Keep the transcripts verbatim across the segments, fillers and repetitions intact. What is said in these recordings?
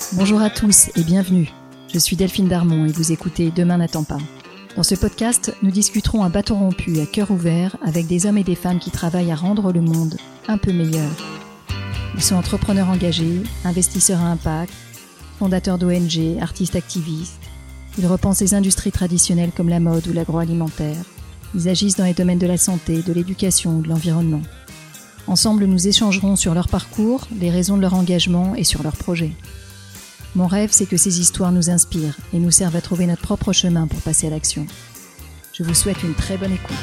Bonjour à tous et bienvenue. Je suis Delphine Darmon et vous écoutez Demain n'attend pas. Dans ce podcast, nous discuterons à bâton rompu, à cœur ouvert, avec des hommes et des femmes qui travaillent à rendre le monde un peu meilleur. Ils sont entrepreneurs engagés, investisseurs à impact, fondateurs d'O N G, artistes activistes. Ils repensent les industries traditionnelles comme la mode ou l'agroalimentaire. Ils agissent dans les domaines de la santé, de l'éducation ou de l'environnement. Ensemble, nous échangerons sur leur parcours, les raisons de leur engagement et sur leurs projets. Mon rêve, c'est que ces histoires nous inspirent et nous servent à trouver notre propre chemin pour passer à l'action. Je vous souhaite une très bonne écoute.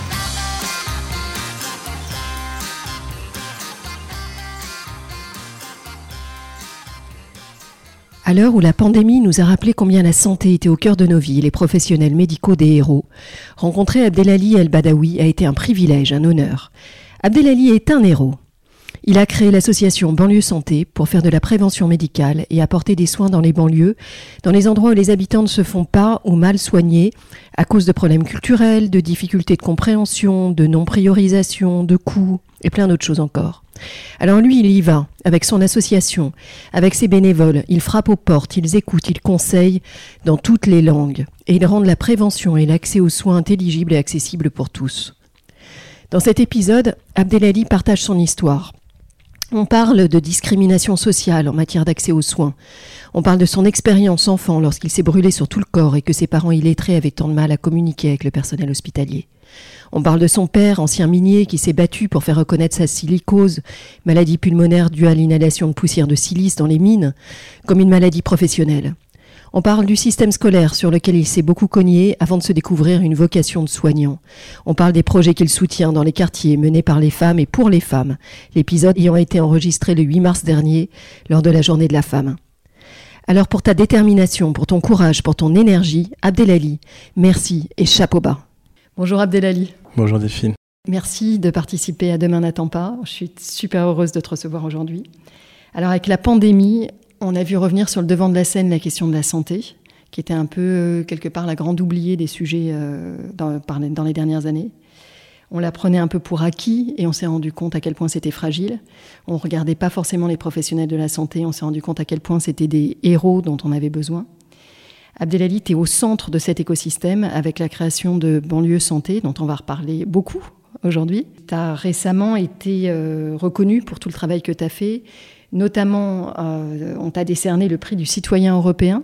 À l'heure où la pandémie nous a rappelé combien la santé était au cœur de nos vies, les professionnels médicaux des héros, rencontrer Abdelali El Badawi a été un privilège, un honneur. Abdelali est un héros. Il a créé l'association Banlieue Santé pour faire de la prévention médicale et apporter des soins dans les banlieues, dans les endroits où les habitants ne se font pas ou mal soignés à cause de problèmes culturels, de difficultés de compréhension, de non-priorisation, de coûts et plein d'autres choses encore. Alors lui, il y va, avec son association, avec ses bénévoles, il frappe aux portes, ils écoutent, ils conseillent dans toutes les langues et ils rendent la prévention et l'accès aux soins intelligibles et accessibles pour tous. Dans cet épisode, Abdelali partage son histoire. On parle de discrimination sociale en matière d'accès aux soins. On parle de son expérience enfant lorsqu'il s'est brûlé sur tout le corps et que ses parents illettrés avaient tant de mal à communiquer avec le personnel hospitalier. On parle de son père, ancien minier, qui s'est battu pour faire reconnaître sa silicose, maladie pulmonaire due à l'inhalation de poussière de silice dans les mines, comme une maladie professionnelle. On parle du système scolaire sur lequel il s'est beaucoup cogné avant de se découvrir une vocation de soignant. On parle des projets qu'il soutient dans les quartiers menés par les femmes et pour les femmes, l'épisode ayant été enregistré le huit mars dernier lors de la Journée de la femme. Alors pour ta détermination, pour ton courage, pour ton énergie, Abdelali, merci et chapeau bas. Bonjour Abdelali. Bonjour Delphine. Merci de participer à Demain n'attend pas. Je suis super heureuse de te recevoir aujourd'hui. Alors avec la pandémie, on a vu revenir sur le devant de la scène la question de la santé, qui était un peu, quelque part, la grande oubliée des sujets euh, dans, par les, dans les dernières années. On la prenait un peu pour acquis et on s'est rendu compte à quel point c'était fragile. On ne regardait pas forcément les professionnels de la santé, on s'est rendu compte à quel point c'était des héros dont on avait besoin. Abdelali, tu es au centre de cet écosystème avec la création de Banlieue Santé, dont on va reparler beaucoup aujourd'hui. Tu as récemment été euh, reconnu pour tout le travail que tu as fait. Notamment, euh, on t'a décerné le prix du citoyen européen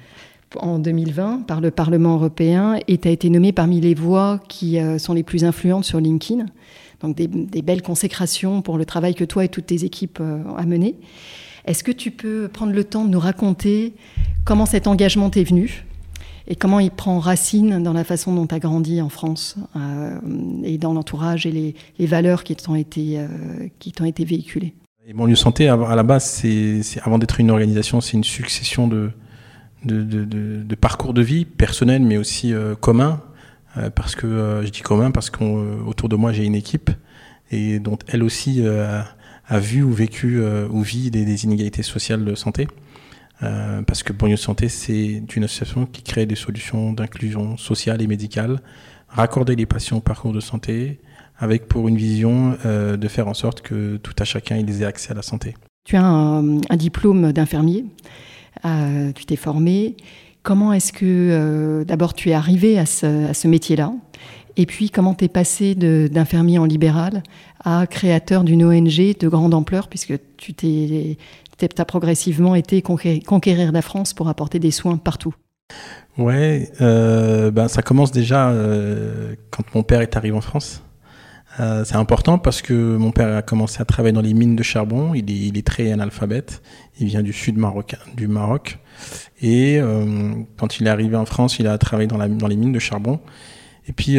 en deux mille vingt par le Parlement européen et tu as été nommé parmi les voix qui euh, sont les plus influentes sur LinkedIn. Donc des, des belles consécrations pour le travail que toi et toutes tes équipes euh, ont mené. Est-ce que tu peux prendre le temps de nous raconter comment cet engagement t'est venu et comment il prend racine dans la façon dont tu as grandi en France euh, et dans l'entourage et les, les valeurs qui t'ont été, euh, qui t'ont été véhiculées? Et Banlieue Santé, à la base, c'est, c'est, avant d'être une organisation, c'est une succession de, de, de, de, de parcours de vie personnels, mais aussi euh, communs. Euh, parce que, euh, je dis communs parce qu'autour de moi, j'ai une équipe et dont elle aussi euh, a vu ou vécu euh, ou vit des, des inégalités sociales de santé. Euh, parce que Banlieue Santé, c'est une association qui crée des solutions d'inclusion sociale et médicale, raccorder les patients au parcours de santé, avec pour une vision euh, de faire en sorte que tout à chacun il ait accès à la santé. Tu as un, un diplôme d'infirmier, euh, tu t'es formé. Comment est-ce que, euh, d'abord, tu es arrivé à ce, à ce métier-là? Et puis, comment tu es passé de, d'infirmier en libéral à créateur d'une O N G de grande ampleur, puisque tu t'es, t'as progressivement été conquérir, conquérir la France pour apporter des soins partout? Ouais, euh, ben, ça commence déjà euh, quand mon père est arrivé en France. Euh, c'est important parce que mon père a commencé à travailler dans les mines de charbon. Il est, il est très analphabète. Il vient du sud Maroc, du Maroc. Et euh, quand il est arrivé en France, il a travaillé dans, la, dans les mines de charbon. Et puis,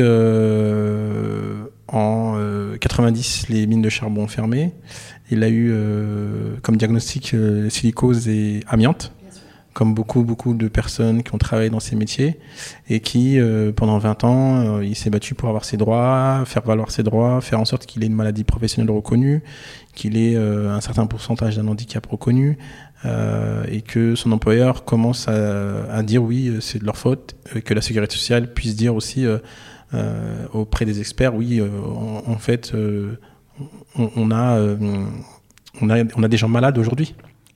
euh, en euh, quatre-vingt-dix, les mines de charbon ont fermé. Il a eu euh, comme diagnostic euh, silicose et amiante, comme beaucoup, beaucoup de personnes qui ont travaillé dans ces métiers et qui, euh, pendant vingt ans, euh, il s'est battu pour avoir ses droits, faire valoir ses droits, faire en sorte qu'il ait une maladie professionnelle reconnue, qu'il ait euh, un certain pourcentage d'un handicap reconnu, euh, et que son employeur commence à, à dire oui, c'est de leur faute, et que la sécurité sociale puisse dire aussi euh, euh, auprès des experts, oui, euh, en, en fait, euh, on, on, a, euh, on, a, on a des gens malades aujourd'hui.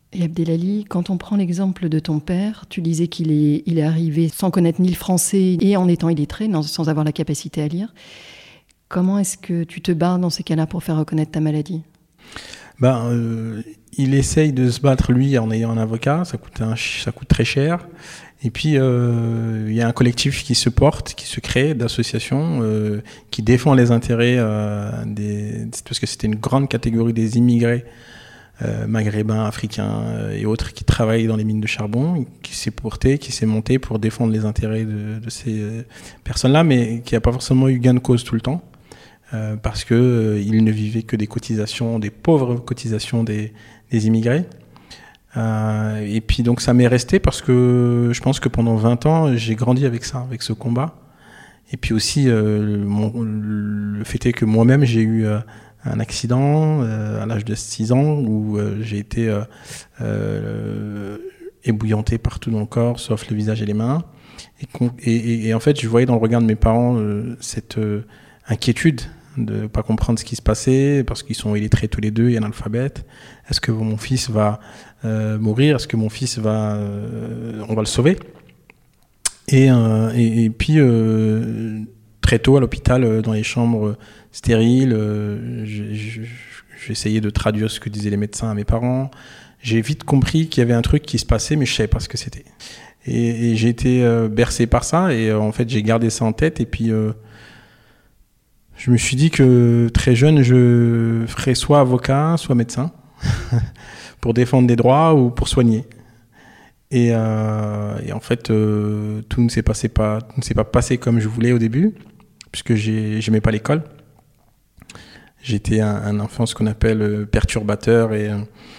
Et Abdelali, quand on prend l'exemple de ton père, tu disais qu'il est, il est arrivé sans connaître ni le français et en étant illettré, non, sans avoir la capacité à lire. Comment est-ce que tu te bats dans ces cas-là pour faire reconnaître ta maladie ? Ben, euh, il essaye de se battre, lui, en ayant un avocat. Ça coûte, un, ça coûte très cher. Et puis, euh, il y a un collectif qui se porte, qui se crée, d'associations, euh, qui défend les intérêts euh, des... Parce que c'était une grande catégorie des immigrés euh, maghrébins, africains euh, et autres qui travaillent dans les mines de charbon, qui s'est porté, qui s'est monté pour défendre les intérêts de, de ces euh, personnes-là, mais qui n'a pas forcément eu gain de cause tout le temps. Euh, parce qu'ils euh, ne vivaient que des cotisations, des pauvres cotisations des, des immigrés. Euh, et puis donc ça m'est resté parce que je pense que pendant vingt ans, j'ai grandi avec ça, avec ce combat. Et puis aussi, euh, mon, le fait est que moi-même, j'ai eu euh, un accident euh, à l'âge de six ans où euh, j'ai été euh, euh, ébouillanté partout dans le corps, sauf le visage et les mains. Et, et, et en fait, je voyais dans le regard de mes parents euh, cette euh, inquiétude de ne pas comprendre ce qui se passait, parce qu'ils sont illettrés tous les deux et analphabètes. Est-ce que mon fils va euh, mourir ? Est-ce que mon fils va... Euh, on va le sauver ? et, euh, et, et puis, euh, très tôt, à l'hôpital, euh, dans les chambres stériles, euh, j'essayais de traduire ce que disaient les médecins à mes parents. J'ai vite compris qu'il y avait un truc qui se passait, mais je ne savais pas ce que c'était. Et, et j'ai été euh, bercé par ça, et euh, en fait, j'ai gardé ça en tête, et puis... Euh, Je me suis dit que très jeune, je ferais soit avocat, soit médecin, pour défendre des droits ou pour soigner. Et, euh, et en fait, euh, tout ne s'est passé pas, tout ne s'est pas passé comme je voulais au début, puisque j'ai, j'aimais pas l'école. J'étais un, un enfant, ce qu'on appelle perturbateur et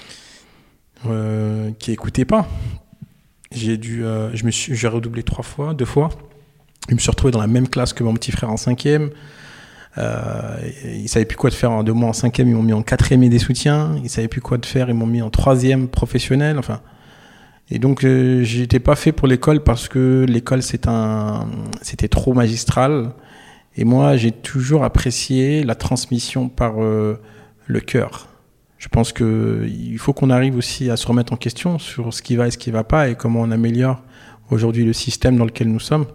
euh, qui écoutait pas. J'ai dû, euh, je me suis, j'ai redoublé trois fois, deux fois. Je me suis retrouvé dans la même classe que mon petit frère en cinquième. Euh, ils savaient plus quoi de faire de moi en cinquième, ils m'ont mis en quatrième et des soutiens. Ils savaient plus quoi de faire, ils m'ont mis en troisième professionnel. Enfin, et donc euh, j'étais pas fait pour l'école parce que l'école c'est un, c'était trop magistral. Et moi j'ai toujours apprécié la transmission par euh, le cœur. Je pense que il faut qu'on arrive aussi à se remettre en question sur ce qui va et ce qui va pas et comment on améliore aujourd'hui le système dans lequel nous sommes.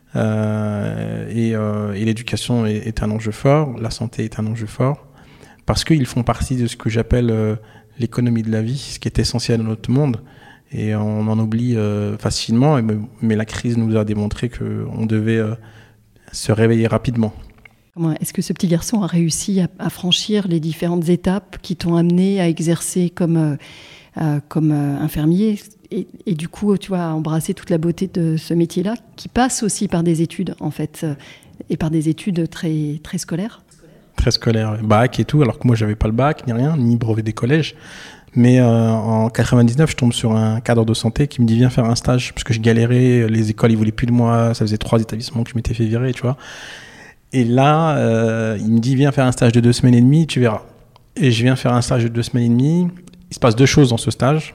Euh, et, euh, et l'éducation est, est un enjeu fort, la santé est un enjeu fort, parce qu'ils font partie de ce que j'appelle euh, l'économie de la vie, ce qui est essentiel dans notre monde, et on en oublie euh, facilement, mais, mais la crise nous a démontré qu'on devait euh, se réveiller rapidement. Comment est-ce que ce petit garçon a réussi à, à franchir les différentes étapes qui t'ont amené à exercer comme, euh, euh, comme euh, infirmier ? Et, et du coup, tu vois, embrasser toute la beauté de ce métier-là, qui passe aussi par des études, en fait, et par des études très, très scolaires. Très scolaires, bac et tout, alors que moi, j'avais pas le bac, ni rien, ni brevet des collèges. Mais euh, en quatre-vingt-dix-neuf, je tombe sur un cadre de santé qui me dit « Viens faire un stage », parce que je galérais, les écoles, ils voulaient plus de moi, ça faisait trois établissements que je m'étais fait virer, tu vois. Et là, euh, il me dit « Viens faire un stage de deux semaines et demie, tu verras ». Et je viens faire un stage de deux semaines et demie. Il se passe deux choses dans ce stage.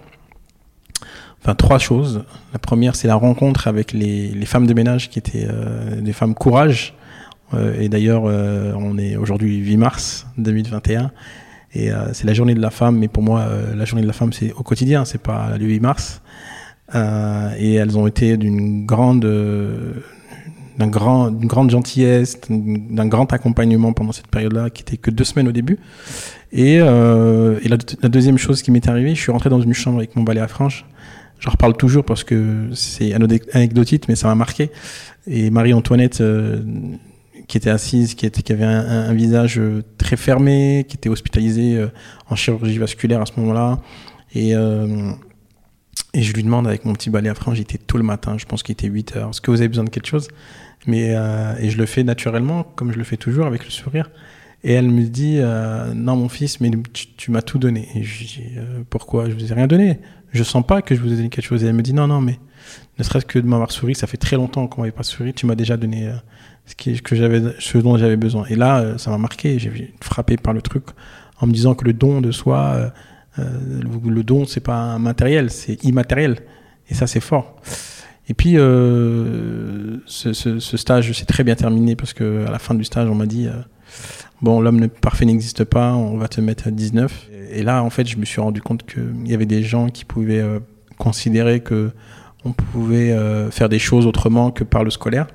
Enfin, trois choses. La première, c'est la rencontre avec les, les femmes de ménage qui étaient euh, des femmes courage. Euh, et d'ailleurs, euh, on est aujourd'hui huit mars deux mille vingt et un. Et euh, c'est la journée de la femme. Mais pour moi, euh, la journée de la femme, c'est au quotidien. C'est pas le huit mars. Euh, et elles ont été d'une grande, euh, d'un grand, d'une grande gentillesse, d'un grand accompagnement pendant cette période-là, qui était que deux semaines au début. Et, euh, et la, la deuxième chose qui m'est arrivée, je suis rentré dans une chambre avec mon balai à franges. J'en reparle toujours parce que c'est anecdotique, mais ça m'a marqué. Et Marie-Antoinette, euh, qui était assise, qui, était, qui avait un, un visage très fermé, qui était hospitalisée euh, en chirurgie vasculaire à ce moment-là. Et, euh, et je lui demande avec mon petit balai à franges, il était tôt le matin, je pense qu'il était huit heures. Est-ce que vous avez besoin de quelque chose ? Mais, euh, et je le fais naturellement, comme je le fais toujours, avec le sourire. Et elle me dit euh, « Non, mon fils, mais tu, tu m'as tout donné. » Et je dis euh, « Pourquoi ? Je vous ai rien donné. Je sens pas que je vous ai donné quelque chose. » Et elle me dit « Non, non, mais ne serait-ce que de m'avoir souri, ça fait très longtemps qu'on m'avait pas souri. Tu m'as déjà donné euh, ce, qui, que j'avais, ce dont j'avais besoin. » Et là, euh, ça m'a marqué. J'ai été frappé par le truc en me disant que le don de soi, euh, euh, le, le don, c'est pas matériel, c'est immatériel. Et ça, c'est fort. Et puis, euh, ce, ce, ce stage s'est très bien terminé parce qu'à la fin du stage, on m'a dit... Euh, Bon, l'homme parfait n'existe pas, on va te mettre à dix-neuf. Et là, en fait, je me suis rendu compte qu'il y avait des gens qui pouvaient euh, considérer qu'on pouvait euh, faire des choses autrement que par le scolaire.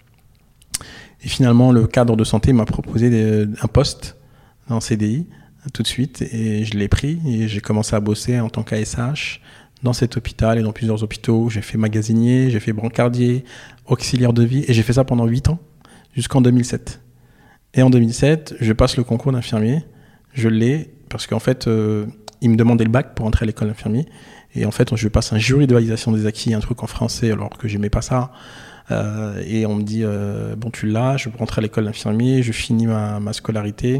Et finalement, le cadre de santé m'a proposé des, un poste en C D I tout de suite. Et je l'ai pris et j'ai commencé à bosser en tant qu'A S H dans cet hôpital et dans plusieurs hôpitaux. J'ai fait magasinier, j'ai fait brancardier, auxiliaire de vie. Et j'ai fait ça pendant huit ans, jusqu'en deux mille sept. Et en deux mille sept, je passe le concours d'infirmier. Je l'ai parce qu'en fait, euh, ils me demandaient le bac pour entrer à l'école d'infirmier. Et en fait, je passe un jury de validation des acquis, un truc en français alors que j'aimais pas ça. Euh, et on me dit, euh, bon, tu l'as, je rentre à l'école d'infirmier, je finis ma, ma scolarité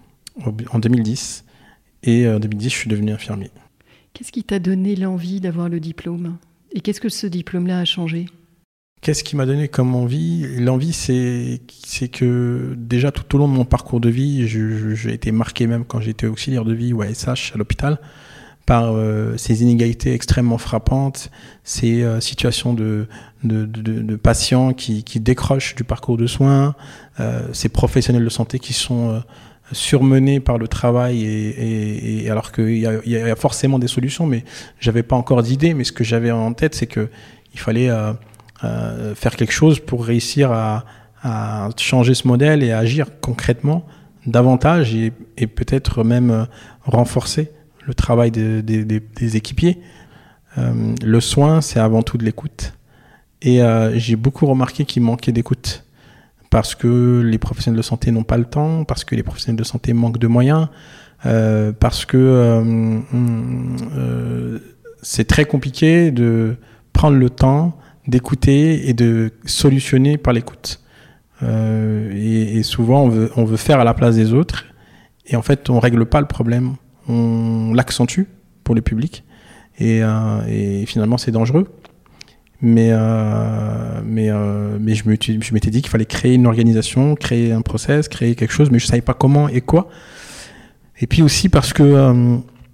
en deux mille dix. Et en deux mille dix, je suis devenu infirmier. Qu'est-ce qui t'a donné l'envie d'avoir le diplôme ? Et qu'est-ce que ce diplôme-là a changé ? Qu'est-ce qui m'a donné comme envie ? L'envie, c'est, c'est que déjà tout au long de mon parcours de vie, je, je, j'ai été marqué même quand j'étais auxiliaire de vie ou A S H à l'hôpital par euh, ces inégalités extrêmement frappantes, ces euh, situations de, de, de, de patients qui, qui décrochent du parcours de soins, euh, ces professionnels de santé qui sont euh, surmenés par le travail et, et, et alors qu'il y a, il y a forcément des solutions, mais j'avais pas encore d'idée. Mais ce que j'avais en tête, c'est que il fallait euh, Euh, faire quelque chose pour réussir à, à changer ce modèle et à agir concrètement davantage et, et peut-être même euh, renforcer le travail de, de, de, des équipiers. Euh, le soin, c'est avant tout de l'écoute. Et euh, j'ai beaucoup remarqué qu'il manquait d'écoute parce que les professionnels de santé n'ont pas le temps, parce que les professionnels de santé manquent de moyens, euh, parce que euh, euh, c'est très compliqué de prendre le temps d'écouter et de solutionner par l'écoute. Euh, et, et souvent, on veut, on veut faire à la place des autres. Et en fait, on ne règle pas le problème. On l'accentue pour le public. Et, euh, et finalement, c'est dangereux. Mais, euh, mais, euh, mais je, me, je m'étais dit qu'il fallait créer une organisation, créer un process, créer quelque chose, mais je ne savais pas comment et quoi. Et puis aussi parce que euh,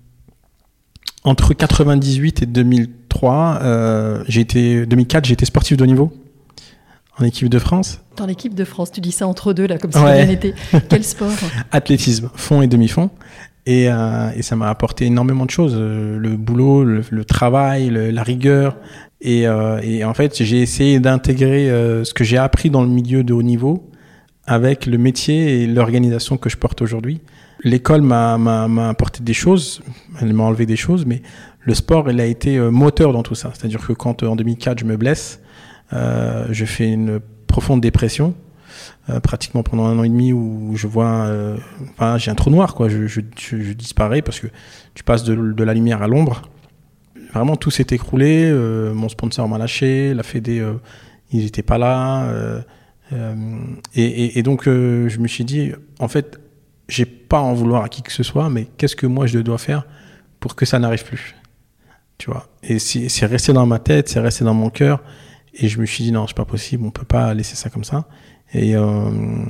entre quatre-vingt-dix-huit et deux mille trois, euh, j'ai été, deux mille quatre, j'ai été sportif de haut niveau en équipe de France. Dans l'équipe de France, tu dis ça entre deux, là, comme si ouais. rien n'était. Quel sport ? Athlétisme, fond et demi-fond. Et, euh, et ça m'a apporté énormément de choses. Euh, le boulot, le, le travail, le, la rigueur. Et, euh, et en fait, j'ai essayé d'intégrer euh, ce que j'ai appris dans le milieu de haut niveau avec le métier et l'organisation que je porte aujourd'hui. L'école m'a, m'a, m'a apporté des choses, elle m'a enlevé des choses, mais le sport, il a été moteur dans tout ça. C'est-à-dire que quand, en deux mille quatre, je me blesse, euh, je fais une profonde dépression, euh, pratiquement pendant un an et demi où je vois, euh, enfin, j'ai un trou noir, quoi. Je, je, je, je disparais parce que tu passes de, de la lumière à l'ombre. Vraiment, tout s'est écroulé. Euh, mon sponsor m'a lâché, la Fédé, euh, ils n'étaient pas là. Euh, euh, et, et, et donc, euh, je me suis dit, en fait, j'ai pas à en vouloir à qui que ce soit, mais qu'est-ce que moi je dois faire pour que ça n'arrive plus, tu vois. Et c'est, c'est resté dans ma tête, c'est resté dans mon cœur, et je me suis dit non, c'est pas possible, on peut pas laisser ça comme ça. Et euh,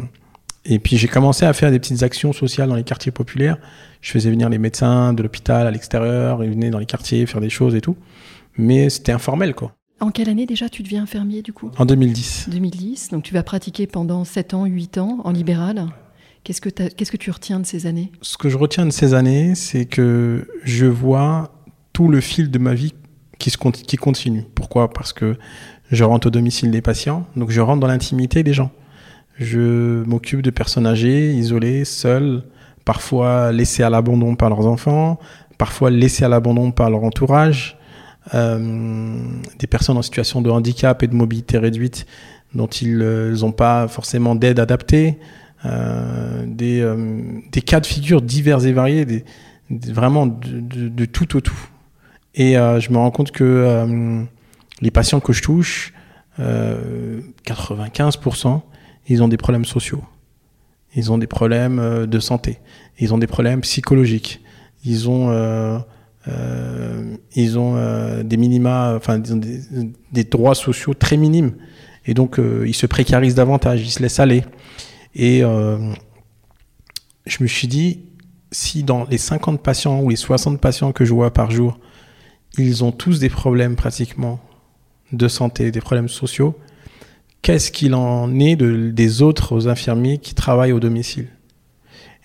et puis j'ai commencé à faire des petites actions sociales dans les quartiers populaires. Je faisais venir les médecins de l'hôpital à l'extérieur, ils venaient dans les quartiers faire des choses et tout, mais c'était informel, quoi. En quelle année déjà tu deviens infirmier du coup ? En deux mille dix. deux mille dix, donc tu vas pratiquer pendant sept ans, huit ans en libéral. Qu'est-ce que, qu'est-ce que tu retiens de ces années ? Ce que je retiens de ces années, c'est que je vois tout le fil de ma vie qui, se, qui continue. Pourquoi ? Parce que je rentre au domicile des patients, donc je rentre dans l'intimité des gens. Je m'occupe de personnes âgées, isolées, seules, parfois laissées à l'abandon par leurs enfants, parfois laissées à l'abandon par leur entourage, euh, des personnes en situation de handicap et de mobilité réduite dont ils n'ont pas forcément d'aide adaptée. Euh, des, euh, des cas de figure divers et variés, des, des, vraiment de, de, de tout au tout. Et euh, je me rends compte que euh, les patients que je touche, euh, quatre-vingt-quinze pour cent, ils ont des problèmes sociaux. Ils ont des problèmes euh, de santé. Ils ont des problèmes psychologiques. Ils ont, euh, euh, ils ont euh, des minima, enfin des, des droits sociaux très minimes. Et donc, euh, ils se précarisent davantage, ils se laissent aller. Et euh, je me suis dit, si dans les cinquante patients ou les soixante patients que je vois par jour, ils ont tous des problèmes pratiquement de santé, des problèmes sociaux, qu'est-ce qu'il en est de, des autres infirmiers qui travaillent au domicile ?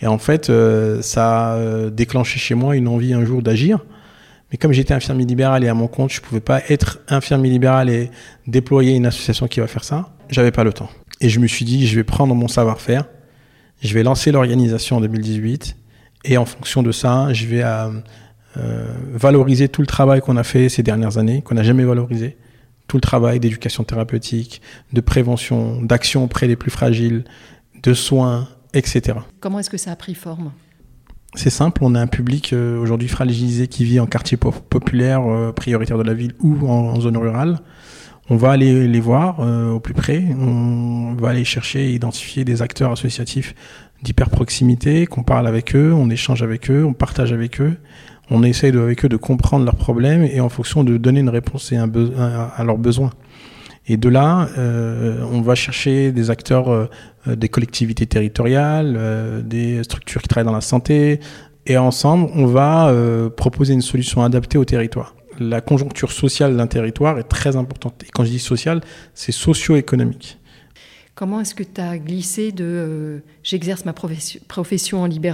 Et en fait, euh, ça a déclenché chez moi une envie un jour d'agir. Mais comme j'étais infirmier libéral et à mon compte, je ne pouvais pas être infirmier libéral et déployer une association qui va faire ça. J'avais pas le temps. Et je me suis dit, je vais prendre mon savoir-faire, je vais lancer l'organisation en deux mille dix-huit et en fonction de ça, je vais euh, euh, valoriser tout le travail qu'on a fait ces dernières années, qu'on n'a jamais valorisé. Tout le travail d'éducation thérapeutique, de prévention, d'action auprès des plus fragiles, de soins, et cetera. Comment est-ce que ça a pris forme ? C'est simple, on a un public euh, aujourd'hui fragilisé qui vit en quartier po- populaire, euh, prioritaire de la ville ou en, en zone rurale. On va aller les voir euh, au plus près, on va aller chercher et identifier des acteurs associatifs d'hyper-proximité, qu'on parle avec eux, on échange avec eux, on partage avec eux, on essaye de, avec eux de comprendre leurs problèmes et en fonction de donner une réponse et un be- un, à leurs besoins. Et de là, euh, on va chercher des acteurs euh, des collectivités territoriales, euh, des structures qui travaillent dans la santé, et ensemble, on va euh, proposer une solution adaptée au territoire. La conjoncture sociale d'un territoire est très importante. Et quand je dis sociale, c'est socio-économique. Comment est-ce que tu as glissé de euh, « j'exerce ma profession, profession en libéral »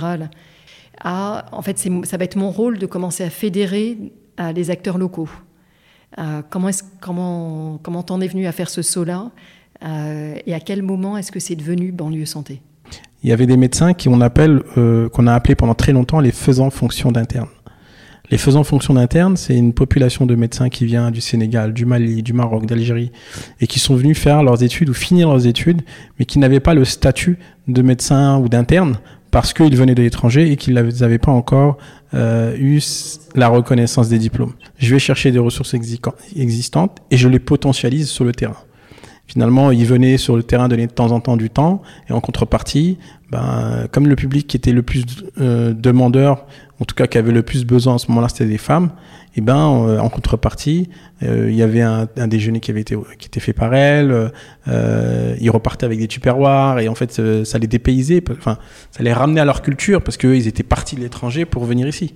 à « en fait, c'est, ça va être mon rôle de commencer à fédérer euh, les acteurs locaux ». Euh, comment, est-ce, comment, comment t'en es venu à faire ce saut-là euh, et à quel moment est-ce que c'est devenu banlieue santé ? Il y avait des médecins qui on appelle, euh, qu'on a appelé pendant très longtemps les faisans fonction d'interne. Les faisans fonction d'interne, c'est une population de médecins qui vient du Sénégal, du Mali, du Maroc, d'Algérie et qui sont venus faire leurs études ou finir leurs études, mais qui n'avaient pas le statut de médecin ou d'interne parce qu'ils venaient de l'étranger et qu'ils n'avaient pas encore euh, eu la reconnaissance des diplômes. Je vais chercher des ressources existantes et je les potentialise sur le terrain. Finalement, ils venaient sur le terrain donner de temps en temps du temps et en contrepartie, ben, comme le public qui était le plus euh, demandeur, en tout cas qui avait le plus besoin en ce moment-là, c'était des femmes, et ben, euh, en contrepartie, euh, il y avait un, un déjeuner qui avait été qui était fait par elles, euh, ils repartaient avec des tupperwares et en fait, euh, ça les dépaysait, enfin, ça les ramenait à leur culture parce qu'eux, ils étaient partis de l'étranger pour venir ici.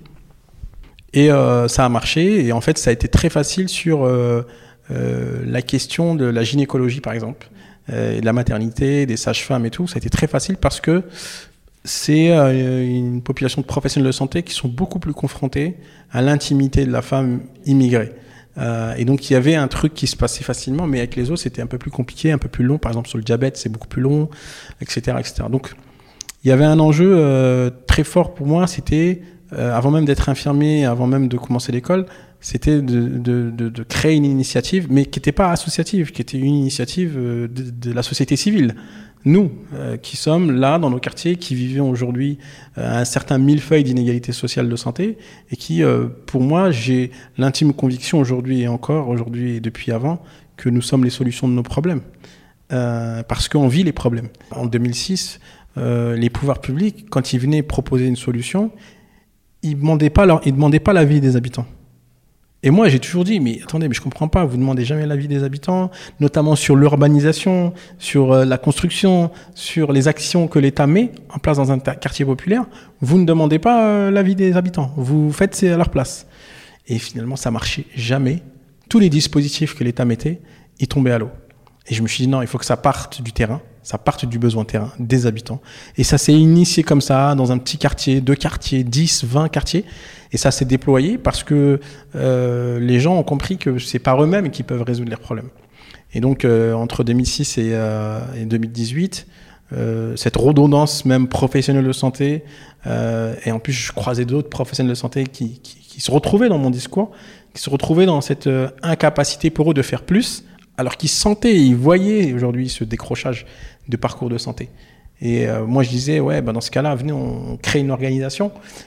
Et euh, ça a marché et en fait, ça a été très facile sur euh, Euh, la question de la gynécologie, par exemple, euh, de la maternité, des sages-femmes et tout, ça a été très facile parce que c'est euh, une population de professionnels de santé qui sont beaucoup plus confrontés à l'intimité de la femme immigrée. Euh, et donc, il y avait un truc qui se passait facilement, mais avec les autres, c'était un peu plus compliqué, un peu plus long. Par exemple, sur le diabète, c'est beaucoup plus long, et cetera, et cetera. Donc, il y avait un enjeu euh, très fort pour moi, c'était, euh, avant même d'être infirmier, avant même de commencer l'école, c'était de, de, de, de créer une initiative, mais qui n'était pas associative, qui était une initiative de, de la société civile. Nous, euh, qui sommes là, dans nos quartiers, qui vivons aujourd'hui euh, un certain millefeuille d'inégalités sociales de santé, et qui, euh, pour moi, j'ai l'intime conviction aujourd'hui et encore, aujourd'hui et depuis avant, que nous sommes les solutions de nos problèmes. Euh, parce qu'on vit les problèmes. En deux mille six, euh, les pouvoirs publics, quand ils venaient proposer une solution, ils ne demandaient pas leur, ils demandaient pas l'avis des habitants. Et moi, j'ai toujours dit, mais attendez, mais je comprends pas, vous demandez jamais l'avis des habitants, notamment sur l'urbanisation, sur euh, la construction, sur les actions que l'État met en place dans un ta- quartier populaire. Vous ne demandez pas euh, l'avis des habitants, vous faites c'est à leur place. Et finalement, ça marchait jamais. Tous les dispositifs que l'État mettait, ils tombaient à l'eau. Et je me suis dit, non, il faut que ça parte du terrain, ça parte du besoin terrain, des habitants. Et ça s'est initié comme ça, dans un petit quartier, deux quartiers, dix, vingt quartiers. Et ça s'est déployé parce que euh, les gens ont compris que c'est par eux-mêmes qu'ils peuvent résoudre leurs problèmes. Et donc, euh, entre deux mille six et, euh, et deux mille dix-huit, euh, cette redondance même professionnelle de santé, euh, et en plus, je croisais d'autres professionnels de santé qui, qui, qui se retrouvaient dans mon discours, qui se retrouvaient dans cette euh, incapacité pour eux de faire plus, alors qu'ils sentaient, ils voyaient aujourd'hui ce décrochage de parcours de santé. Et euh, moi, je disais, ouais, ben dans ce cas-là, venez, on crée une organisation.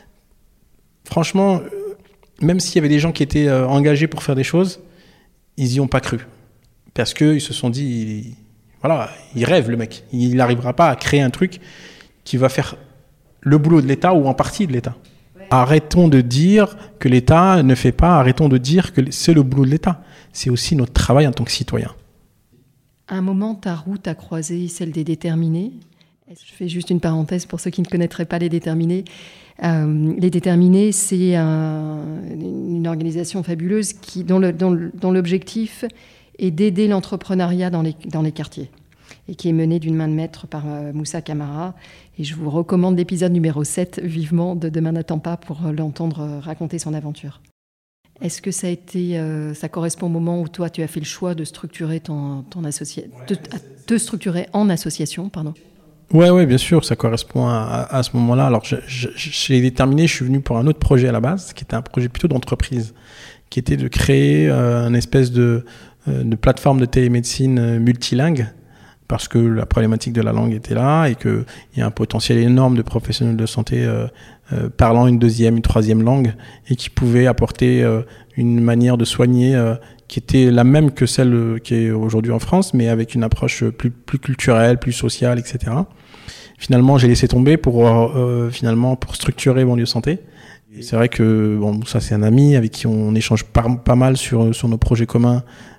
Franchement, même s'il y avait des gens qui étaient euh, engagés pour faire des choses, ils n'y ont pas cru. Parce qu'ils se sont dit, il, voilà, il rêve le mec. Il n'arrivera pas à créer un truc qui va faire le boulot de l'État ou en partie de l'État. Ouais. Arrêtons de dire que l'État ne fait pas, arrêtons de dire que c'est le boulot de l'État. C'est aussi notre travail en tant que citoyen. À un moment, ta route a croisé celle des déterminés. Je fais juste une parenthèse pour ceux qui ne connaîtraient pas les déterminés. Euh, les déterminés, c'est un, une organisation fabuleuse qui, dont, le, dont, dont l'objectif est d'aider l'entrepreneuriat dans les, dans les quartiers. et qui est menée d'une main de maître par euh, Moussa Camara. Et je vous recommande l'épisode numéro sept vivement de Demain n'attend pas pour l'entendre euh, raconter son aventure. Est-ce que ça a été, euh, ça correspond au moment où toi tu as fait le choix de structurer ton, ton association, te, te structurer en association, pardon? Ouais, ouais, bien sûr, ça correspond à, à, à ce moment-là. Alors, je, je, je l'ai déterminé, je suis venu pour un autre projet à la base, qui était un projet plutôt d'entreprise, qui était de créer euh, une espèce de, euh, de plateforme de télémédecine euh, multilingue, parce que la problématique de la langue était là et qu'il y a un potentiel énorme de professionnels de santé euh, euh, parlant une deuxième, une troisième langue et qui pouvaient apporter euh, une manière de soigner euh, qui était la même que celle qui est aujourd'hui en France, mais avec une approche plus, plus culturelle, plus sociale, et cetera. Finalement, j'ai laissé tomber pour, euh, finalement, pour structurer Banlieue Santé. Et c'est vrai que bon, ça, c'est un ami avec qui on échange pas, pas mal sur, sur nos projets communs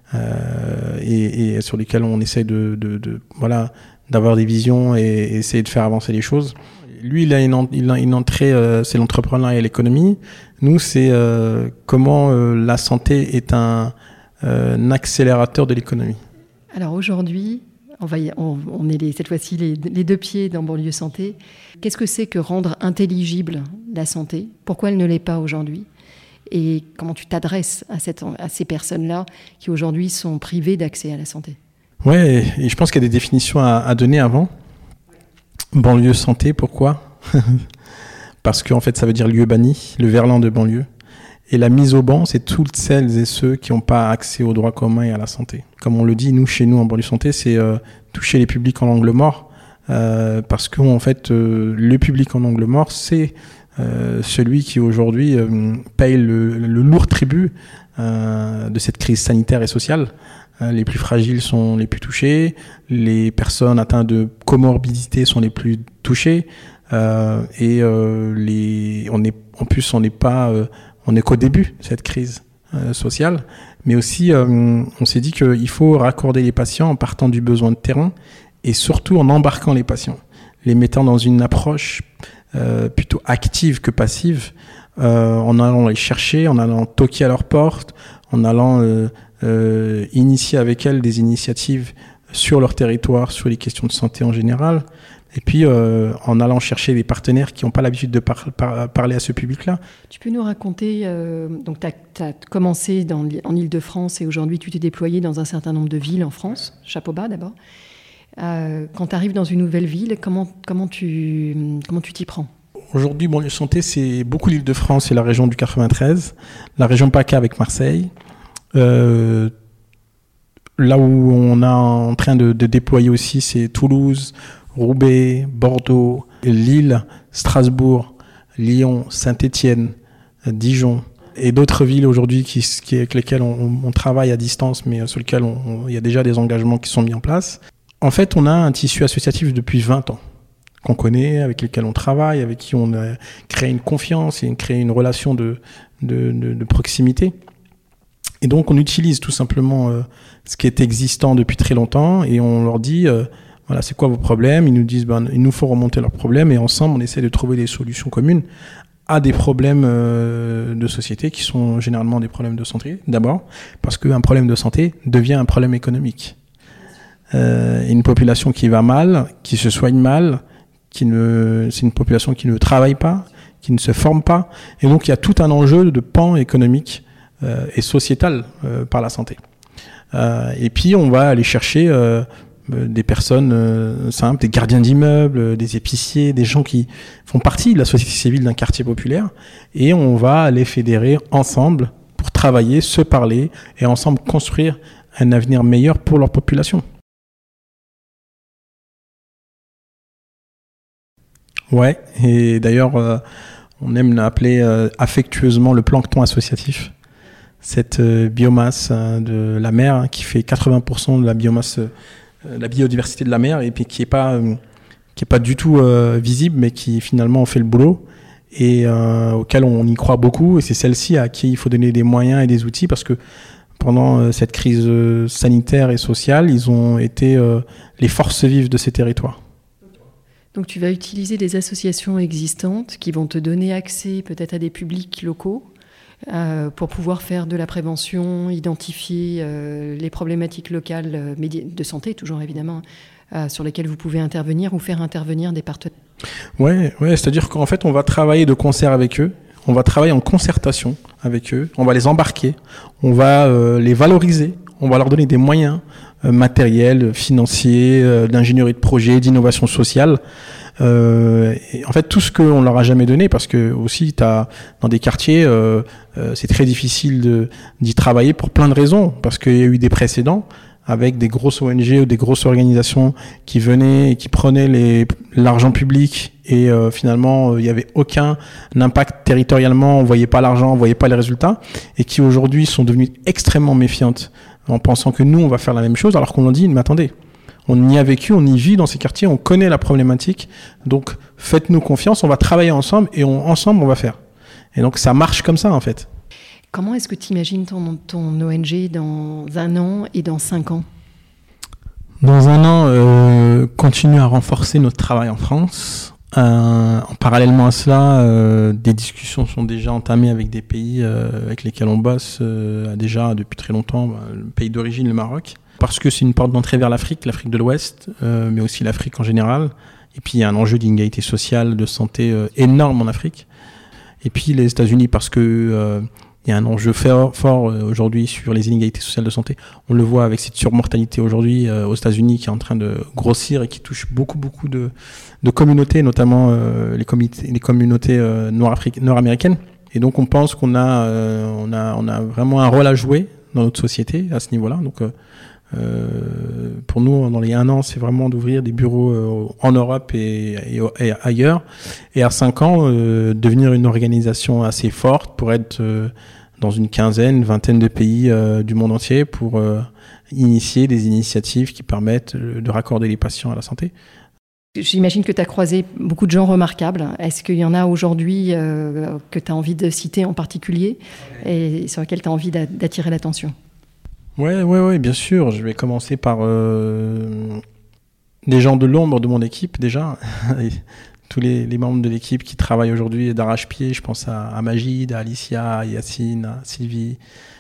euh, et, et sur lesquels on essaye de, de, de, voilà, d'avoir des visions et, et essayer de faire avancer les choses. Lui, il a une, il a une entrée, euh, c'est l'entrepreneuriat et l'économie. Nous, c'est euh, comment euh, la santé est un, euh, un accélérateur de l'économie. Alors aujourd'hui, on, va y, on, on est les, cette fois-ci les, les deux pieds dans Banlieue Santé. Qu'est-ce que c'est que rendre intelligible la santé? Pourquoi elle ne l'est pas aujourd'hui? Et comment tu t'adresses à, cette, à ces personnes-là qui aujourd'hui sont privées d'accès à la santé? Ouais, et je pense qu'il y a des définitions à, à donner avant. Banlieue santé, pourquoi? Parce qu'en fait, ça veut dire lieu banni, le verlan de banlieue. Et la mise au ban, c'est toutes celles et ceux qui n'ont pas accès aux droits communs et à la santé. Comme on le dit, nous, chez nous, en banlieue santé, c'est euh, toucher les publics en angle mort. Euh, parce que, en fait, euh, le public en angle mort, c'est euh, celui qui, aujourd'hui, euh, paye le, le lourd tribut euh, de cette crise sanitaire et sociale. Les plus fragiles sont les plus touchés, les personnes atteintes de comorbidité sont les plus touchées, euh, et euh, les, on est, en plus on n'est pas, euh, on n'est qu'au début de cette crise euh, sociale, mais aussi euh, on s'est dit qu'il faut raccorder les patients en partant du besoin de terrain et surtout en embarquant les patients, les mettant dans une approche euh, plutôt active que passive, euh, en allant les chercher, en allant toquer à leur porte, en allant euh, Euh, initier avec elles des initiatives sur leur territoire, sur les questions de santé en général, et puis euh, en allant chercher des partenaires qui n'ont pas l'habitude de par- par- parler à ce public-là. Tu peux nous raconter, euh, donc tu as commencé dans, en Île-de-France et aujourd'hui tu t'es déployé dans un certain nombre de villes en France, chapeau bas d'abord. Euh, quand tu arrives dans une nouvelle ville, comment, comment tu comment tu t'y prends? Aujourd'hui, Banlieue Santé, c'est beaucoup l'Île-de-France et la région du quatre-vingt-treize, la région PACA avec Marseille. Euh, là où on est en train de, de déployer aussi, c'est Toulouse, Roubaix, Bordeaux, Lille, Strasbourg, Lyon, Saint-Étienne, Dijon et d'autres villes aujourd'hui qui, qui, avec lesquelles on, on travaille à distance, mais sur lesquelles on, on, il y a déjà des engagements qui sont mis en place. En fait, on a un tissu associatif depuis vingt ans qu'on connaît, avec lesquels on travaille, avec qui on a créé une confiance et créé une relation de, de, de, de proximité. Et donc, on utilise tout simplement euh, ce qui est existant depuis très longtemps et on leur dit, euh, voilà, c'est quoi vos problèmes? Ils nous disent, ben, il nous faut remonter leurs problèmes et ensemble, on essaie de trouver des solutions communes à des problèmes euh, de société qui sont généralement des problèmes de santé, d'abord, parce qu'un problème de santé devient un problème économique. Euh, une population qui va mal, qui se soigne mal, qui ne, c'est une population qui ne travaille pas, qui ne se forme pas, et donc il y a tout un enjeu de pan économique Euh, et sociétale euh, par la santé. Euh, et puis on va aller chercher euh, des personnes euh, simples, des gardiens d'immeubles, des épiciers, des gens qui font partie de la société civile d'un quartier populaire, et on va les fédérer ensemble pour travailler, se parler et ensemble construire un avenir meilleur pour leur population. Ouais, et d'ailleurs euh, on aime l'appeler euh, affectueusement le plancton associatif. Cette euh, biomasse euh, de la mer hein, qui fait quatre-vingts pour cent de la biomasse, euh, la biodiversité de la mer et puis qui est pas euh, qui est pas du tout euh, visible mais qui finalement fait le boulot et euh, auquel on y croit beaucoup et c'est celle-ci à qui il faut donner des moyens et des outils parce que pendant euh, cette crise euh, sanitaire et sociale, ils ont été euh, les forces vives de ces territoires. Donc tu vas utiliser des associations existantes qui vont te donner accès peut-être à des publics locaux Euh, pour pouvoir faire de la prévention, identifier euh, les problématiques locales euh, médi- de santé, toujours évidemment, euh, sur lesquels vous pouvez intervenir ou faire intervenir des partenaires? Ouais, ouais, c'est-à-dire qu'en fait, on va travailler de concert avec eux. On va travailler en concertation avec eux. On va les embarquer. On va euh, les valoriser. On va leur donner des moyens euh, matériels, financiers, euh, d'ingénierie de projet, d'innovation sociale. Euh, et en fait, tout ce qu'on leur a jamais donné, parce que aussi, t'as dans des quartiers, euh, euh, c'est très difficile de, d'y travailler pour plein de raisons, parce qu'il y a eu des précédents avec des grosses O N G ou des grosses organisations qui venaient et qui prenaient les, l'argent public et euh, finalement, il euh, n'y avait aucun impact territorialement, on voyait pas l'argent, on voyait pas les résultats, et qui aujourd'hui sont devenues extrêmement méfiantes en pensant que nous, on va faire la même chose, alors qu'on leur dit, mais attendez, on y a vécu, on y vit dans ces quartiers, on connaît la problématique, donc faites-nous confiance, on va travailler ensemble et on, ensemble, on va faire. Et donc, ça marche comme ça, en fait. Comment est-ce que tu imagines ton, ton O N G dans un an et dans cinq ans ? Dans un an, euh, continuer à renforcer notre travail en France. Euh, en parallèlement à cela, euh, des discussions sont déjà entamées avec des pays euh, avec lesquels on bosse euh, déjà depuis très longtemps, bah, le pays d'origine, le Maroc, parce que c'est une porte d'entrée vers l'Afrique, l'Afrique de l'Ouest, euh, mais aussi l'Afrique en général. Et puis il y a un enjeu d'inégalité sociale, de santé euh, énorme en Afrique. Et puis les États-Unis, parce que euh, il y a un enjeu fort, fort aujourd'hui sur les inégalités sociales de santé. On le voit avec cette surmortalité aujourd'hui euh, aux États-Unis qui est en train de grossir et qui touche beaucoup, beaucoup de, de communautés, notamment euh, les, comités, les communautés euh, nord-américaines. Et donc, on pense qu'on a, euh, on a, on a vraiment un rôle à jouer dans notre société à ce niveau-là. Donc, euh, euh, pour nous, dans les un an, c'est vraiment d'ouvrir des bureaux euh, en Europe et, et, et ailleurs. Et à cinq ans, euh, devenir une organisation assez forte pour être euh, dans une quinzaine, vingtaine de pays euh, du monde entier pour euh, initier des initiatives qui permettent de raccorder les patients à la santé. J'imagine que tu as croisé beaucoup de gens remarquables. Est-ce qu'il y en a aujourd'hui euh, que tu as envie de citer en particulier et sur lesquels tu as envie d'attirer l'attention ? Oui, ouais, ouais, bien sûr. Je vais commencer par euh, des gens de l'ombre de mon équipe déjà. Tous les, les membres de l'équipe qui travaillent aujourd'hui d'arrache-pied. Je pense à, à Magid, à Alicia, à Yacine, à Sylvie,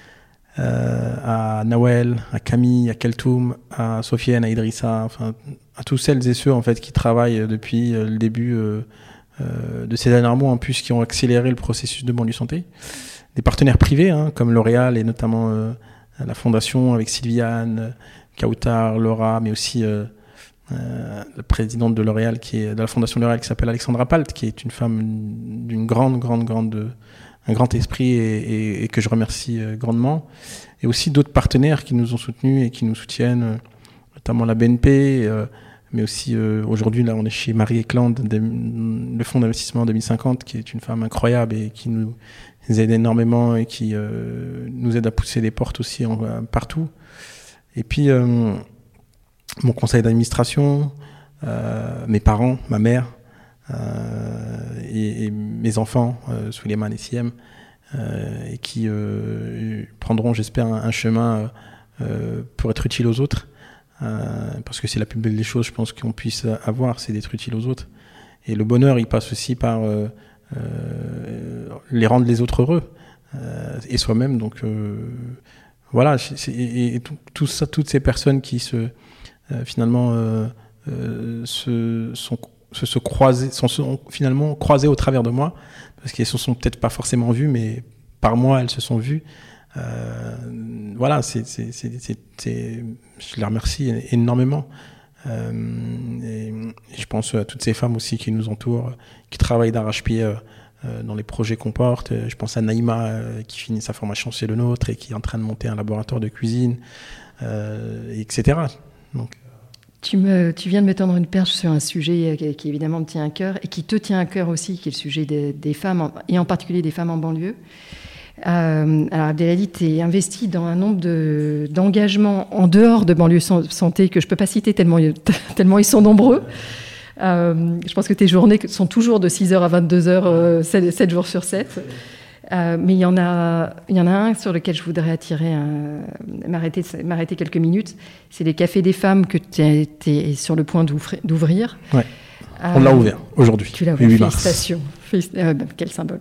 euh, à Nawel, à Camille, à Keltoum, à Sofiane, à Idrissa, enfin à tous celles et ceux en fait qui travaillent depuis le début euh, euh, de ces derniers mois en plus, qui ont accéléré le processus de banlieue santé. Des partenaires privés hein, comme L'Oréal et notamment euh, la fondation avec Sylviane, Kautar, Laura, mais aussi euh, euh, la présidente de L'Oréal, qui est de la fondation L'Oréal, qui s'appelle Alexandra Palt, qui est une femme d'une grande, grande, grande, un grand esprit et, et, et que je remercie euh, grandement. Et aussi d'autres partenaires qui nous ont soutenus et qui nous soutiennent, euh, notamment la B N P, euh, mais aussi euh, aujourd'hui là on est chez Marie Eklund, le fonds d'investissement deux mille cinquante, qui est une femme incroyable et qui nous aide énormément et qui euh, nous aide à pousser les portes aussi en, euh, partout. Et puis euh, mon conseil d'administration, euh, mes parents, ma mère euh, et, et mes enfants, euh, Souleymane et Siem, euh, et qui euh, prendront, j'espère, un, un chemin euh, pour être utile aux autres. Euh, parce que c'est la plus belle des choses, je pense, qu'on puisse avoir, c'est d'être utile aux autres. Et le bonheur, il passe aussi par euh, euh, les rendre les autres heureux euh, et soi-même. Donc euh, voilà, c'est, et, et tout, tout ça, toutes ces personnes qui se euh, finalement euh, euh, se sont se, se croisées, sont, sont finalement croisées au travers de moi, parce qu'elles se sont peut-être pas forcément vues, mais par moi, elles se sont vues. Euh, voilà, c'est, c'est, c'est, c'est, c'est, je les remercie énormément. Euh, et, et je pense à toutes ces femmes aussi qui nous entourent, qui travaillent d'arrache-pied euh, dans les projets qu'on porte. Je pense à Naïma euh, qui finit sa formation chez le nôtre et qui est en train de monter un laboratoire de cuisine, euh, et cetera. Donc, Tu, me, tu viens de me tendre une perche sur un sujet qui, qui évidemment me tient à cœur et qui te tient à cœur aussi, qui est le sujet de, des femmes, en, et en particulier des femmes en banlieue. Euh, alors Abdelali, tu es investi dans un nombre de, d'engagements en dehors de banlieue santé que je ne peux pas citer tellement, tellement ils sont nombreux. Euh, je pense que tes journées sont toujours de six heures à vingt-deux heures, euh, sept jours sur sept. Euh, mais il y en a, il y en a un sur lequel je voudrais attirer, un, m'arrêter, m'arrêter quelques minutes. C'est les cafés des femmes que tu es sur le point d'ouvrir. d'ouvrir. Ouais. On euh, l'a ouvert aujourd'hui. Tu l'as ouvert. Félicitations. Félicitations. Euh, ben, quel symbole.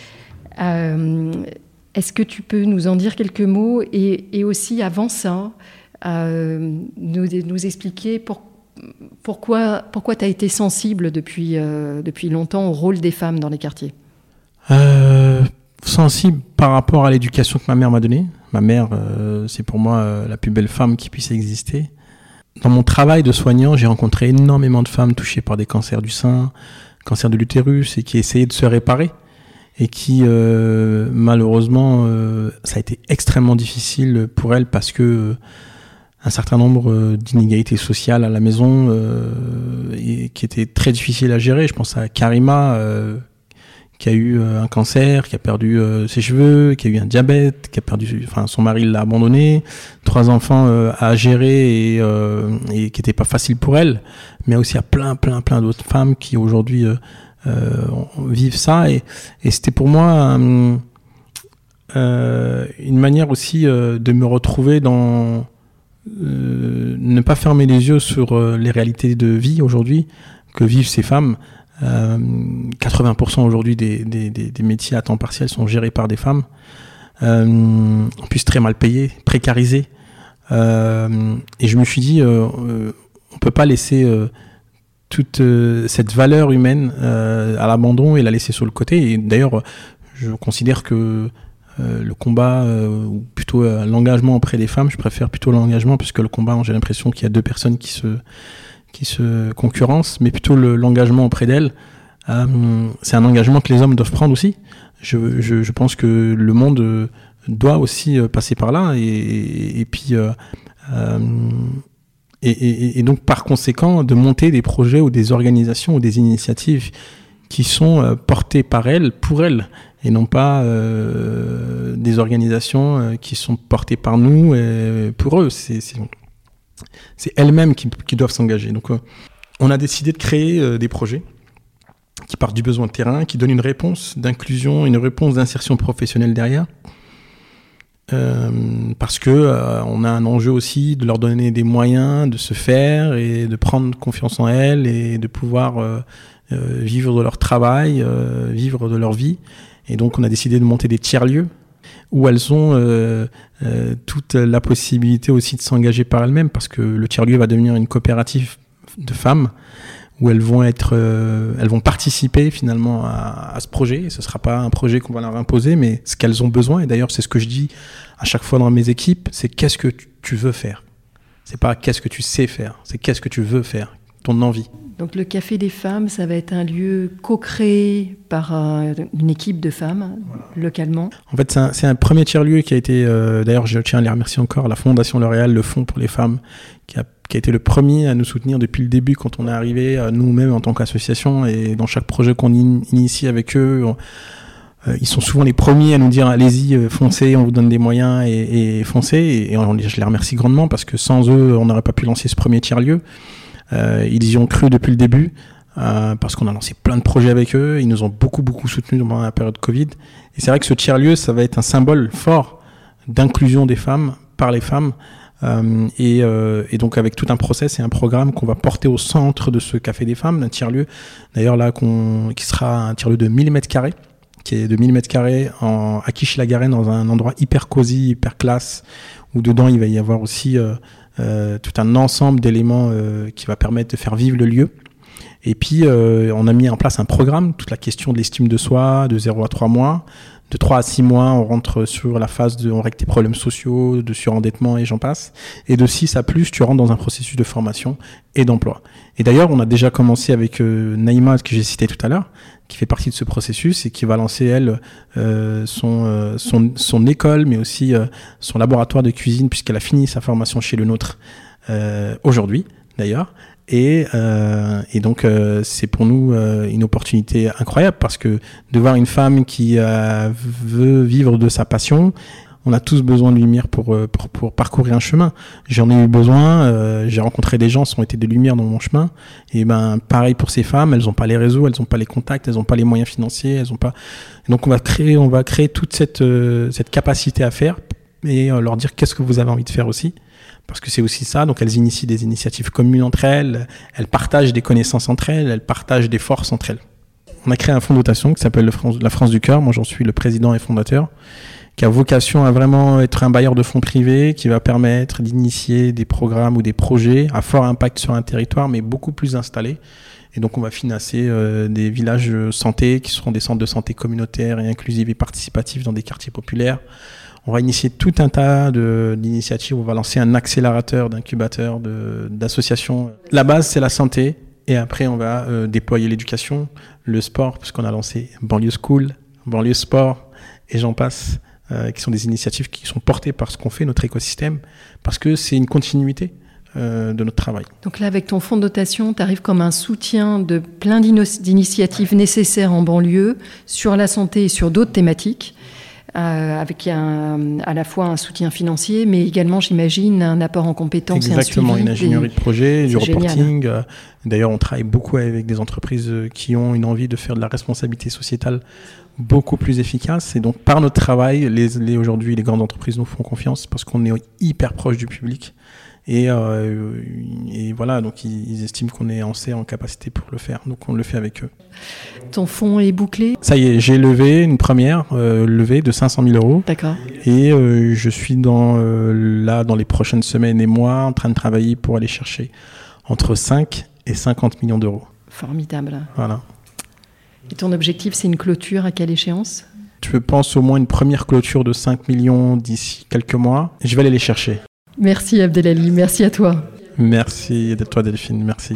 Euh, est-ce que tu peux nous en dire quelques mots et, et aussi avant ça, euh, nous, nous expliquer pour, Pourquoi, pourquoi tu as été sensible depuis, euh, depuis longtemps au rôle des femmes dans les quartiers ? euh, Sensible par rapport à l'éducation que ma mère m'a donnée. Ma mère, euh, c'est pour moi euh, la plus belle femme qui puisse exister. Dans mon travail de soignant, j'ai rencontré énormément de femmes touchées par des cancers du sein, cancer de l'utérus, et qui essayaient de se réparer. Et qui, euh, malheureusement, euh, ça a été extrêmement difficile pour elles parce que euh, un certain nombre euh, d'inégalités sociales à la maison euh, et qui étaient très difficiles à gérer. Je pense à Karima, euh, qui a eu euh, un cancer, qui a perdu euh, ses cheveux, qui a eu un diabète, qui a perdu, enfin, son mari l'a abandonné, trois enfants euh, à gérer et, euh, et qui n'étaient pas faciles pour elle, mais aussi à plein, plein, plein d'autres femmes qui aujourd'hui euh, euh, vivent ça. Et, et c'était pour moi euh, euh, une manière aussi euh, de me retrouver dans euh, ne pas fermer les yeux sur euh, les réalités de vie aujourd'hui que vivent ces femmes. Euh, quatre-vingts pour cent aujourd'hui des, des, des, des métiers à temps partiel sont gérés par des femmes, euh, en plus très mal payés, précarisés. Euh, et je me suis dit, euh, euh, on peut pas laisser euh, toute euh, cette valeur humaine euh, à l'abandon et la laisser sur le côté. Et d'ailleurs, je considère que euh, le combat, euh, ou plutôt euh, l'engagement auprès des femmes, je préfère plutôt l'engagement, puisque le combat, j'ai l'impression qu'il y a deux personnes qui se qui se concurrencent, mais plutôt le, l'engagement auprès d'elles. Euh, c'est un engagement que les hommes doivent prendre aussi. Je, je, je pense que le monde euh, doit aussi euh, passer par là, et, et, et puis euh, euh, et, et, et donc par conséquent de monter des projets ou des organisations ou des initiatives qui sont euh, portées par elles, pour elles, et non pas euh, des organisations euh, qui sont portées par nous et pour eux. C'est, c'est C'est elles-mêmes qui, qui doivent s'engager. Donc, euh, on a décidé de créer euh, des projets qui partent du besoin de terrain, qui donnent une réponse d'inclusion, une réponse d'insertion professionnelle derrière. Euh, parce que euh, on a un enjeu aussi de leur donner des moyens de se faire et de prendre confiance en elles et de pouvoir euh, euh, vivre de leur travail, euh, vivre de leur vie. Et donc, on a décidé de monter des tiers-lieux où elles ont euh, euh, toute la possibilité aussi de s'engager par elles-mêmes, parce que le tiers-lieu va devenir une coopérative de femmes où elles vont être, euh, elles vont participer finalement à, à ce projet. Et ce sera pas un projet qu'on va leur imposer, mais ce qu'elles ont besoin. Et d'ailleurs, c'est ce que je dis à chaque fois dans mes équipes, c'est qu'est-ce que tu, tu veux faire. C'est pas qu'est-ce que tu sais faire, c'est qu'est-ce que tu veux faire, ton envie. Donc le Café des Femmes, ça va être un lieu co-créé par euh, une équipe de femmes, voilà, localement. En fait, c'est un, c'est un premier tiers-lieu qui a été, euh, d'ailleurs je tiens à les remercier encore, la Fondation L'Oréal, le Fonds pour les femmes, qui a, qui a été le premier à nous soutenir depuis le début quand on est arrivé, euh, nous-mêmes en tant qu'association, et dans chaque projet qu'on in, initie avec eux, on, euh, ils sont souvent les premiers à nous dire allez-y, euh, foncez, on vous donne des moyens et, et foncez, et, et on, je les remercie grandement parce que sans eux, on n'aurait pas pu lancer ce premier tiers-lieu. Euh, ils y ont cru depuis le début, euh, parce qu'on a lancé plein de projets avec eux. Ils nous ont beaucoup, beaucoup soutenus pendant la période Covid. Et c'est vrai que ce tiers-lieu, ça va être un symbole fort d'inclusion des femmes par les femmes. Euh, et, euh, et donc avec tout un process et un programme qu'on va porter au centre de ce Café des Femmes, un tiers-lieu, d'ailleurs là, qu'on, qui sera un tiers-lieu de mille mètres carrés, qui est de mille mètres carrés en, à Clichy-la-Garenne, dans un endroit hyper cosy, hyper classe, où dedans il va y avoir aussi euh, Euh, tout un ensemble d'éléments euh, qui va permettre de faire vivre le lieu. Et puis, euh, on a mis en place un programme, toute la question de l'estime de soi, de zéro à trois mois. De trois à six mois, on rentre sur la phase de, on règle tes problèmes sociaux, de surendettement et j'en passe. Et de six à plus, tu rentres dans un processus de formation et d'emploi. Et d'ailleurs, on a déjà commencé avec euh, Naïma, que j'ai cité tout à l'heure, qui fait partie de ce processus et qui va lancer, elle, euh, son, euh, son, son école, mais aussi euh, son laboratoire de cuisine, puisqu'elle a fini sa formation chez le nôtre euh, aujourd'hui, d'ailleurs. Et, euh, et donc, euh, c'est pour nous euh, une opportunité incroyable, parce que de voir une femme qui euh, veut vivre de sa passion, on a tous besoin de lumière pour, pour, pour parcourir un chemin. J'en ai eu besoin, euh, j'ai rencontré des gens qui ont été des lumières dans mon chemin. Et ben, pareil pour ces femmes, elles n'ont pas les réseaux, elles n'ont pas les contacts, elles n'ont pas les moyens financiers, elles ont pas. Donc on va créer, on va créer toute cette, euh, cette capacité à faire et euh, leur dire qu'est-ce que vous avez envie de faire aussi. Parce que c'est aussi ça, donc elles initient des initiatives communes entre elles, elles partagent des connaissances entre elles, elles partagent des forces entre elles. On a créé un fonds de dotation qui s'appelle le France, la France du Cœur, moi j'en suis le président et fondateur, qui a vocation à vraiment être un bailleur de fonds privés, qui va permettre d'initier des programmes ou des projets à fort impact sur un territoire, mais beaucoup plus installés. Et donc, on va financer euh, des villages santé qui seront des centres de santé communautaires et inclusifs et participatifs dans des quartiers populaires. On va initier tout un tas de, d'initiatives. On va lancer un accélérateur, d'incubateurs, de, d'associations. La base, c'est la santé. Et après, on va euh, déployer l'éducation, le sport, puisqu'on a lancé Banlieue School, Banlieue Sport, et j'en passe, euh, qui sont des initiatives qui sont portées par ce qu'on fait, notre écosystème, parce que c'est une continuité euh, de notre travail. Donc là, avec ton fonds de dotation, tu arrives comme un soutien de plein d'initiatives nécessaires en banlieue, sur la santé et sur d'autres thématiques, euh, avec un, à la fois un soutien financier, mais également, j'imagine, un apport en compétences. Exactement, et un suivi une ingénierie des... de projet, C'est du reporting. génial. D'ailleurs, on travaille beaucoup avec des entreprises qui ont une envie de faire de la responsabilité sociétale beaucoup plus efficace. Et donc, par notre travail, les, les, aujourd'hui, les grandes entreprises nous font confiance parce qu'on est hyper proche du public. Et, euh, et voilà, donc ils, ils estiment qu'on est en, en capacité pour le faire. Donc, on le fait avec eux. Ton fonds est bouclé ? Ça y est, j'ai levé une première euh, levée de cinq cent mille euros. D'accord. Et euh, je suis dans, euh, là, dans les prochaines semaines et mois, en train de travailler pour aller chercher entre cinq et cinquante millions d'euros. Formidable. Voilà. Et ton objectif, c'est une clôture à quelle échéance ? Je pense au moins une première clôture de cinq millions d'ici quelques mois. Je vais aller les chercher. Merci Abdelali, merci à toi. Merci à toi Delphine, merci.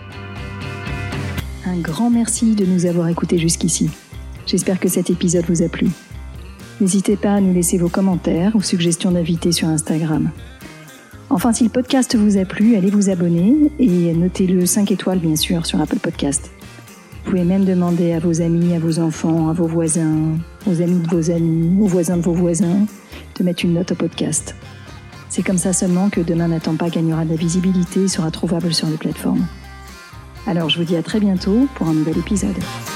Un grand merci de nous avoir écoutés jusqu'ici. J'espère que cet épisode vous a plu. N'hésitez pas à nous laisser vos commentaires ou suggestions d'invités sur Instagram. Enfin, si le podcast vous a plu, allez vous abonner et notez-le cinq étoiles bien sûr sur Apple Podcast. Vous pouvez même demander à vos amis, à vos enfants, à vos voisins, aux amis de vos amis, aux voisins de vos voisins, de mettre une note au podcast. C'est comme ça seulement que Demain n'attend pas gagnera de la visibilité et sera trouvable sur les plateformes. Alors je vous dis à très bientôt pour un nouvel épisode.